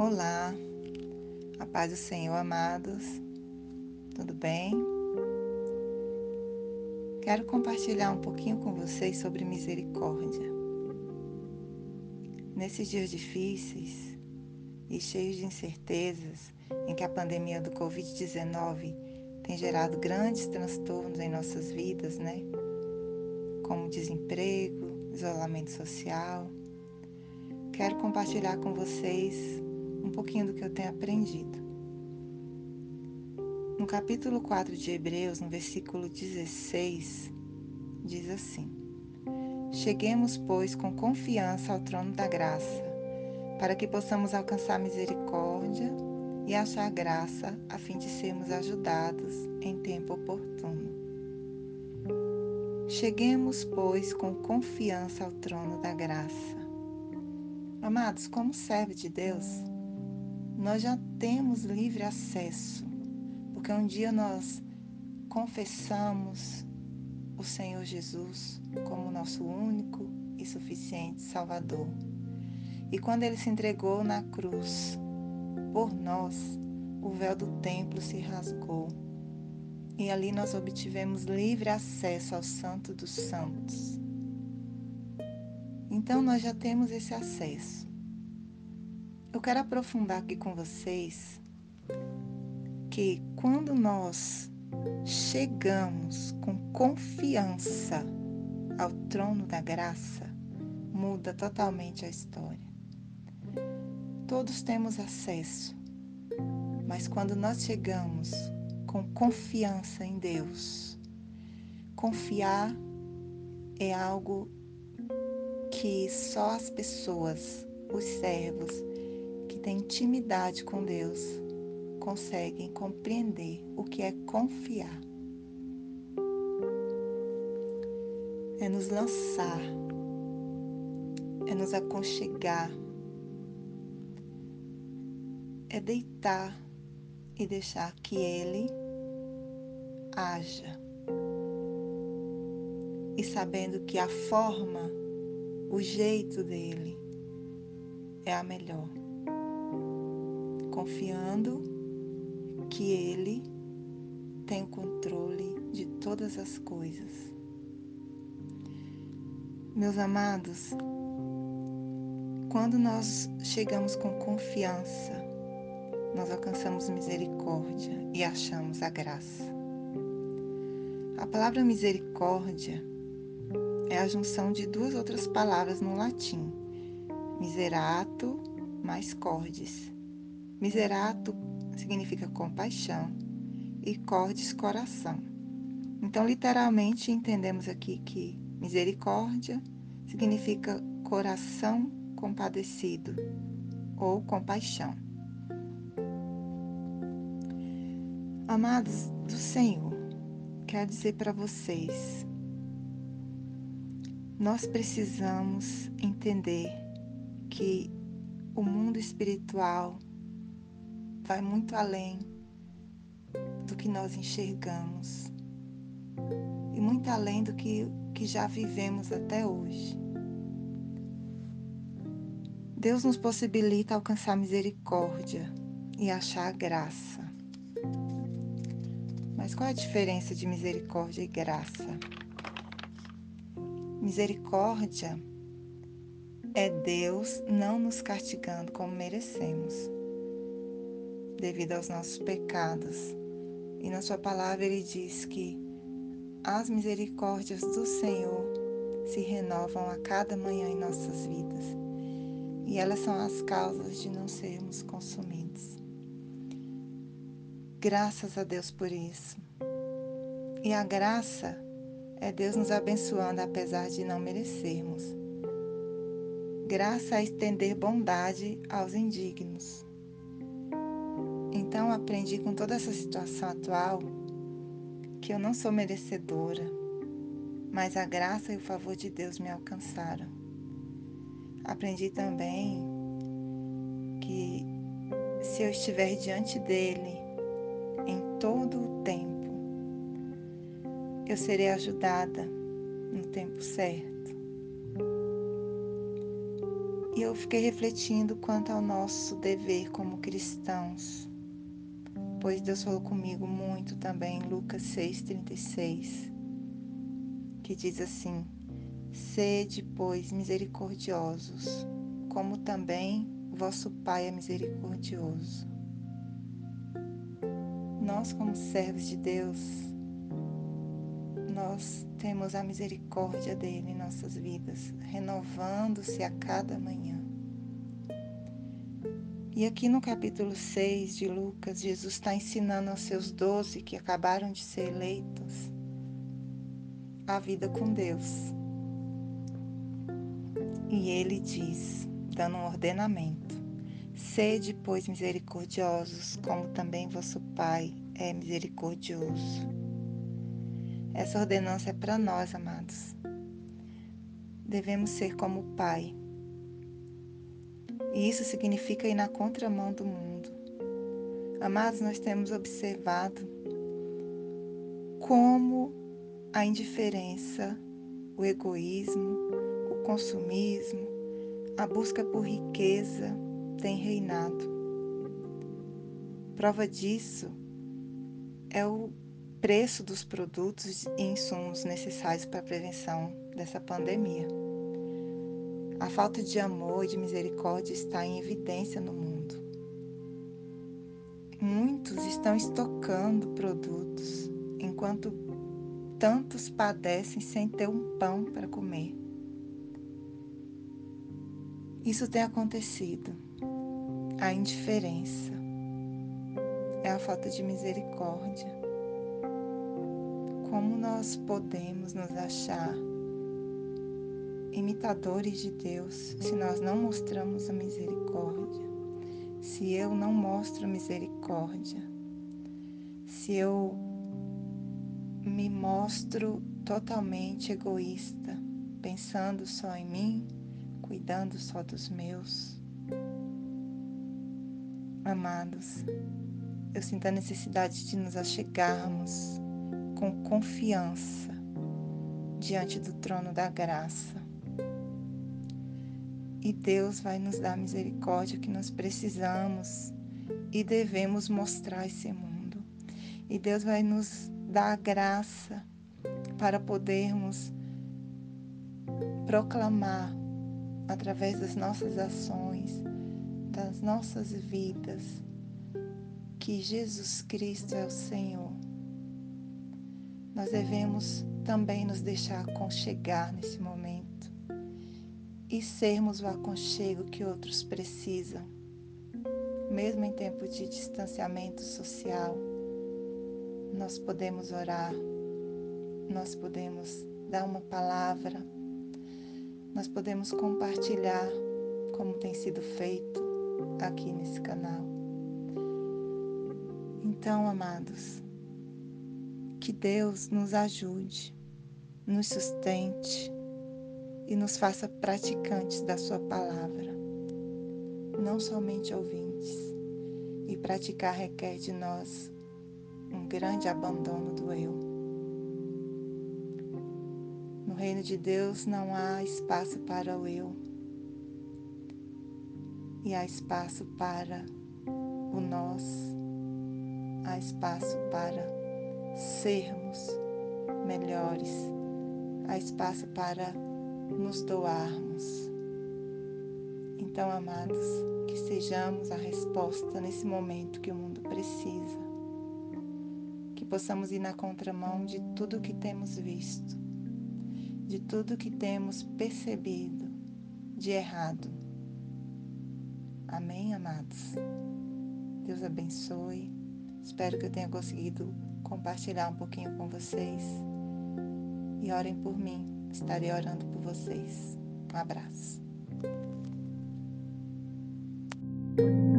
Olá, a paz do Senhor, amados, tudo bem? Quero compartilhar um pouquinho com vocês sobre misericórdia. Nesses dias difíceis e cheios de incertezas, em que a pandemia do Covid-19 tem gerado grandes transtornos em nossas vidas, Como desemprego, isolamento social, quero compartilhar com vocês um pouquinho do que eu tenho aprendido. No capítulo 4 de Hebreus, no versículo 16, diz assim: Cheguemos, pois, com confiança ao trono da graça, para que possamos alcançar misericórdia e achar graça, a fim de sermos ajudados em tempo oportuno. Cheguemos, pois, com confiança ao trono da graça. Amados, como servo de Deus, nós já temos livre acesso, porque um dia nós confessamos o Senhor Jesus como nosso único e suficiente Salvador. E quando Ele se entregou na cruz por nós, o véu do templo se rasgou. E ali nós obtivemos livre acesso ao Santo dos Santos. Então nós já temos esse acesso. Eu quero aprofundar aqui com vocês que quando nós chegamos com confiança ao trono da graça, muda totalmente a história. Todos temos acesso, mas quando nós chegamos com confiança em Deus, confiar é algo que só as pessoas, os servos que têm intimidade com Deus, conseguem compreender o que é confiar. É nos lançar, é nos aconchegar, é deitar e deixar que Ele haja. E sabendo que a forma, o jeito dele é a melhor. Confiando que Ele tem o controle de todas as coisas. Meus amados, quando nós chegamos com confiança, nós alcançamos misericórdia e achamos a graça. A palavra misericórdia é a junção de duas outras palavras no latim, miserato mais cordis. Miserato significa compaixão e cordis, coração. Então, literalmente, entendemos aqui que misericórdia significa coração compadecido ou compaixão. Amados do Senhor, quero dizer para vocês, nós precisamos entender que o mundo espiritual vai muito além do que nós enxergamos e muito além do que já vivemos até hoje. Deus nos possibilita alcançar misericórdia e achar graça. Mas qual é a diferença de misericórdia e graça? Misericórdia é Deus não nos castigando como merecemos, devido aos nossos pecados. E na sua palavra Ele diz que as misericórdias do Senhor se renovam a cada manhã em nossas vidas. E elas são as causas de não sermos consumidos. Graças a Deus por isso. E a graça é Deus nos abençoando apesar de não merecermos. Graça é estender bondade aos indignos. Então aprendi com toda essa situação atual que eu não sou merecedora, mas a graça e o favor de Deus me alcançaram. Aprendi também que se eu estiver diante dele em todo o tempo, eu serei ajudada no tempo certo. E eu fiquei refletindo quanto ao nosso dever como cristãos, pois Deus falou comigo muito também em Lucas 6,36, que diz assim: sede, pois, misericordiosos, como também vosso Pai é misericordioso. Nós, como servos de Deus, nós temos a misericórdia dele em nossas vidas, renovando-se a cada manhã. E aqui no capítulo 6 de Lucas, Jesus está ensinando aos seus 12 que acabaram de ser eleitos a vida com Deus. E ele diz, dando um ordenamento: sede, pois, misericordiosos, como também vosso Pai é misericordioso. Essa ordenança é para nós, amados. Devemos ser como o Pai. E isso significa ir na contramão do mundo. Amados, nós temos observado como a indiferença, o egoísmo, o consumismo, a busca por riqueza tem reinado. Prova disso é o preço dos produtos e insumos necessários para a prevenção dessa pandemia. A falta de amor e de misericórdia está em evidência no mundo. Muitos estão estocando produtos, enquanto tantos padecem sem ter um pão para comer. Isso tem acontecido. A indiferença é a falta de misericórdia. Como nós podemos nos achar imitadores de Deus se nós não mostramos a misericórdia? Se eu não mostro misericórdia, se eu me mostro totalmente egoísta, pensando só em mim, cuidando só dos meus. Amados, eu sinto a necessidade de nos achegarmos com confiança diante do trono da graça. E Deus vai nos dar a misericórdia que nós precisamos e devemos mostrar a esse mundo. E Deus vai nos dar a graça para podermos proclamar através das nossas ações, das nossas vidas, que Jesus Cristo é o Senhor. Nós devemos também nos deixar aconchegar nesse momento e sermos o aconchego que outros precisam, mesmo em tempo de distanciamento social. Nós podemos orar, nós podemos dar uma palavra, nós podemos compartilhar, como tem sido feito aqui nesse canal. Então, amados, que Deus nos ajude, nos sustente e nos faça praticantes da sua palavra, não somente ouvintes. E praticar requer de nós um grande abandono do eu. No reino de Deus não há espaço para o eu, e há espaço para o nós, há espaço para sermos melhores, há espaço para nos doarmos. Então, amados, que sejamos a resposta nesse momento que o mundo precisa, que possamos ir na contramão de tudo que temos visto, de tudo que temos percebido de errado. Amém, amados? Deus abençoe. Espero que eu tenha conseguido compartilhar um pouquinho com vocês. E orem por mim. Estarei orando por vocês. Um abraço.